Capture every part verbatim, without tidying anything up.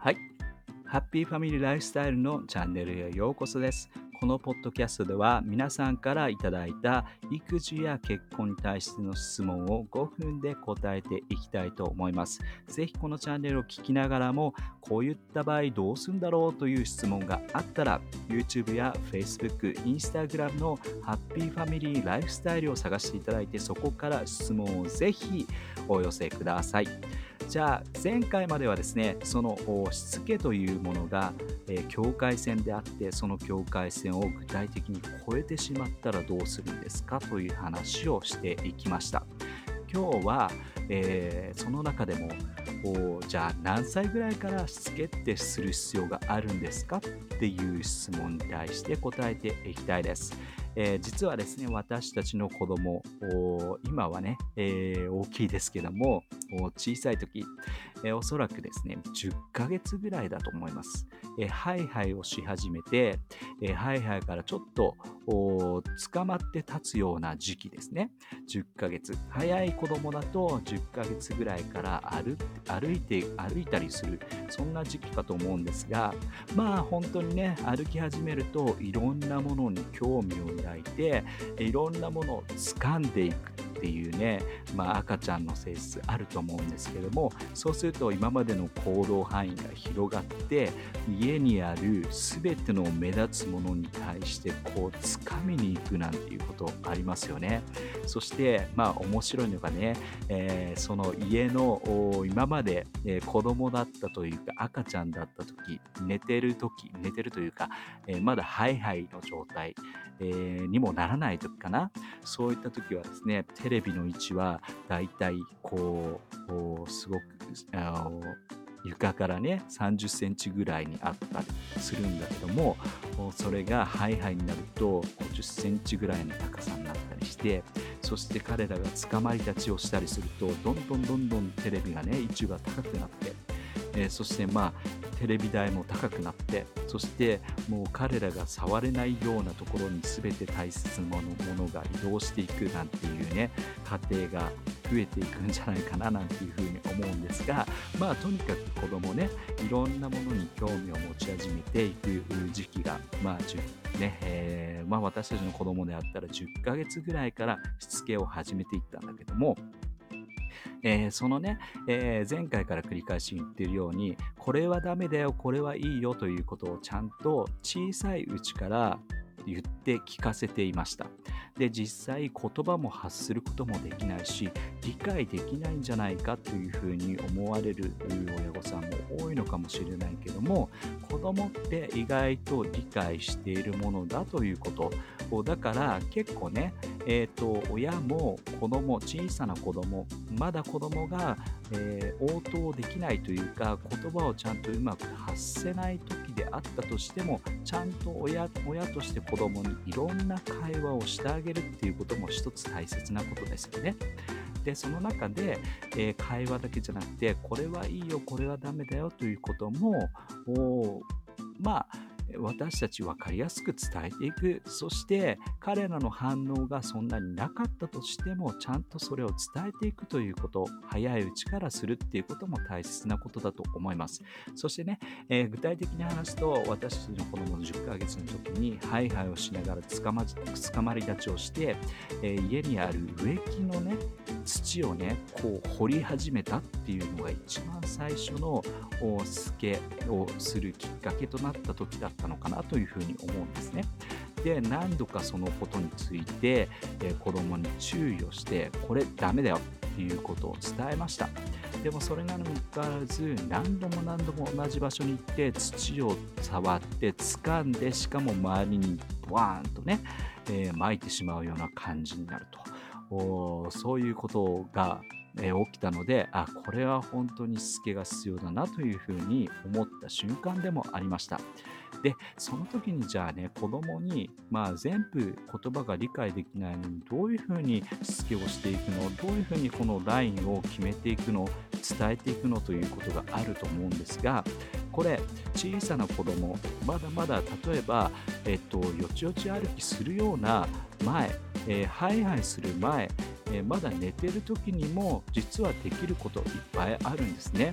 はい。ハッピーファミリーライフスタイルのチャンネルへようこそです。このポッドキャストでは皆さんからいただいた育児や結婚に対しての質問をごふんで答えていきたいと思います。ぜひこのチャンネルを聞きながらも、こういった場合どうするんだろうという質問があったら、YouTube や Facebook、Instagram のハッピーファミリーライフスタイルを探していただいて、そこから質問をぜひお寄せください。じゃあ前回まではですね、そのおしつけというものが、えー境界線であって、その境界線を具体的に越えてしまったらどうするんですかという話をしていきました。今日は、えーその中でもおじゃあ何歳ぐらいからしつけってする必要があるんですかっていう質問に対して答えていきたいです。えー実はですね、私たちの子供、お今はね、えー大きいですけども、お小さい時、えーおそらくですね、じゅっかげつぐらいだと思います。えーハイハイをし始めて、えーハイハイからちょっとお捕まって立つような時期ですね。じゅっかげつ。早い子供だとじゅっかげつぐらいから歩歩いて歩いたりする、そんな時期かと思うんですが、まあ本当にね、歩き始めるといろんなものに興味を抱いて、いろんなものを掴んでいくっていうね、まあ赤ちゃんの性質あると思うんですけども、そうすると今までの行動範囲が広がって、家にある全ての目立つものに対してこう掴みに行くなんていうことありますよね。そしてまあ面白いのがね、えーその家のお今まで、えー子供だったというか赤ちゃんだった時、寝てる時寝てるというか、えーまだハイハイの状態、えーにもならない時かな。そういった時はですね、テレビの位置はだいたいこうこうすごくあの床からねさんじゅっセンチぐらいにあったりするんだけども、おそれがハイハイになるとごじゅっセンチぐらいの高さになったりして、そして彼らが捕まり立ちをしたりすると、どんどんどんどんテレビがね位置が高くなって、えーそしてまあテレビ台も高くなって、そしてもう彼らが触れないようなところに全て大切なものものが移動していくなんていうね、家庭が増えていくんじゃないかななんていうふうに思うんですが、まあとにかく子供ね、いろんなものに興味を持ち始めていく時期が、まあじゅうね、えーまあ私たちの子供であったらじゅっかげつぐらいからしつけを始めていったんだけども、えーそのね、えー前回から繰り返し言っているように、これはダメだよ、これはいいよということをちゃんと小さいうちから言って聞かせていました。で、実際言葉も発することもできないし、理解できないんじゃないかというふうに思われる親御さんも多いのかもしれないけども、子供って意外と理解しているものだということを、だから結構ね、えー、と親も子供、小さな子供、まだ子供が、えー応答できないというか、言葉をちゃんとうまく発せない時であったとしても、ちゃんと親親として子供にいろんな会話をしてあげるっていうことも一つ大切なことですよね。で、その中で、えー会話だけじゃなくて、これはいいよ、これはダメだよということも、おまあ、私たち分かりやすく伝えていく。そして彼らの反応がそんなになかったとしても、ちゃんとそれを伝えていくということ、早いうちからするっていうことも大切なことだと思います。そしてね、えー具体的に話すと、私たちの子供のじゅっかげつの時にハイハイをしながらつかま捕まり立ちをして、えー家にある植木のね土をねこう掘り始めたっていうのが一番最初のおしつけをするきっかけとなった時だったのかなというふうに思うんですね。で、何度かそのことについて、えー子供に注意をして、これダメだよっていうことを伝えました。でもそれなのにもかかわらず、何度も何度も同じ場所に行って土を触って掴んで、しかも周りにワーンとね、えー撒いてしまうような感じになると、おーそういうことが、えー起きたので、あ、これは本当にしつけが必要だなというふうに思った瞬間でもありました。で、その時にじゃあね、子供に、まあ、全部言葉が理解できないのに、どういうふうにしつけをしていくの、どういうふうにこのラインを決めていくの、伝えていくのということがあると思うんですが、これ、小さな子供、まだまだ例えば、えっと、よちよち歩きするような前、えーハイハイする前、えーまだ寝てる時にも実はできることいっぱいあるんですね。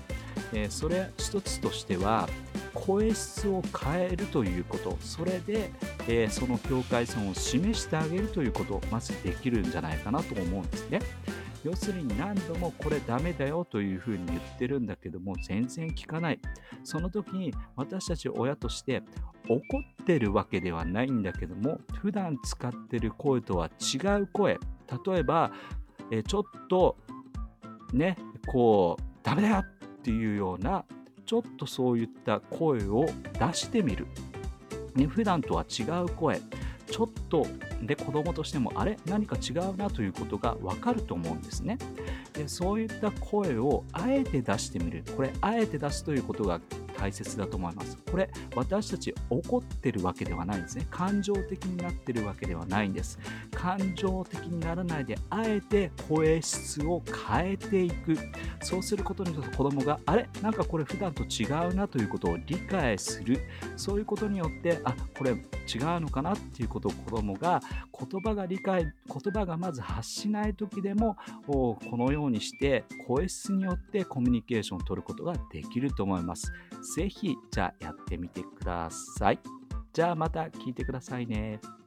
えーそれ一つとしては、声質を変えるということ、それで、えーその境界線を示してあげるということをまずできるんじゃないかなと思うんですね。要するに何度もこれダメだよというふうに言ってるんだけども全然聞かない。その時に私たち親として怒ってるわけではないんだけども、普段使ってる声とは違う声、例えば、えーちょっとね、こうダメだよっていうような、ちょっとそういった声を出してみる。ね、普段とは違う声、ちょっとで子供としてもあれ何か違うなということがわかると思うんですね。でそういった声をあえて出してみる、これあえて出すということが大切だと思います。これ私たち怒ってるわけではないんですね。感情的になってるわけではないんです。感情的にならないで、あえて声質を変えていく。そうすることによって子供があれなんかこれ普段と違うなということを理解する。そういうことによってあこれ違うのかなっていうことを子供が言葉が理解言葉がまず発しない時でもおこのようにして声質によってコミュニケーションを取ることができると思います。ぜひじゃあやってみてください。じゃあまた聞いてくださいね。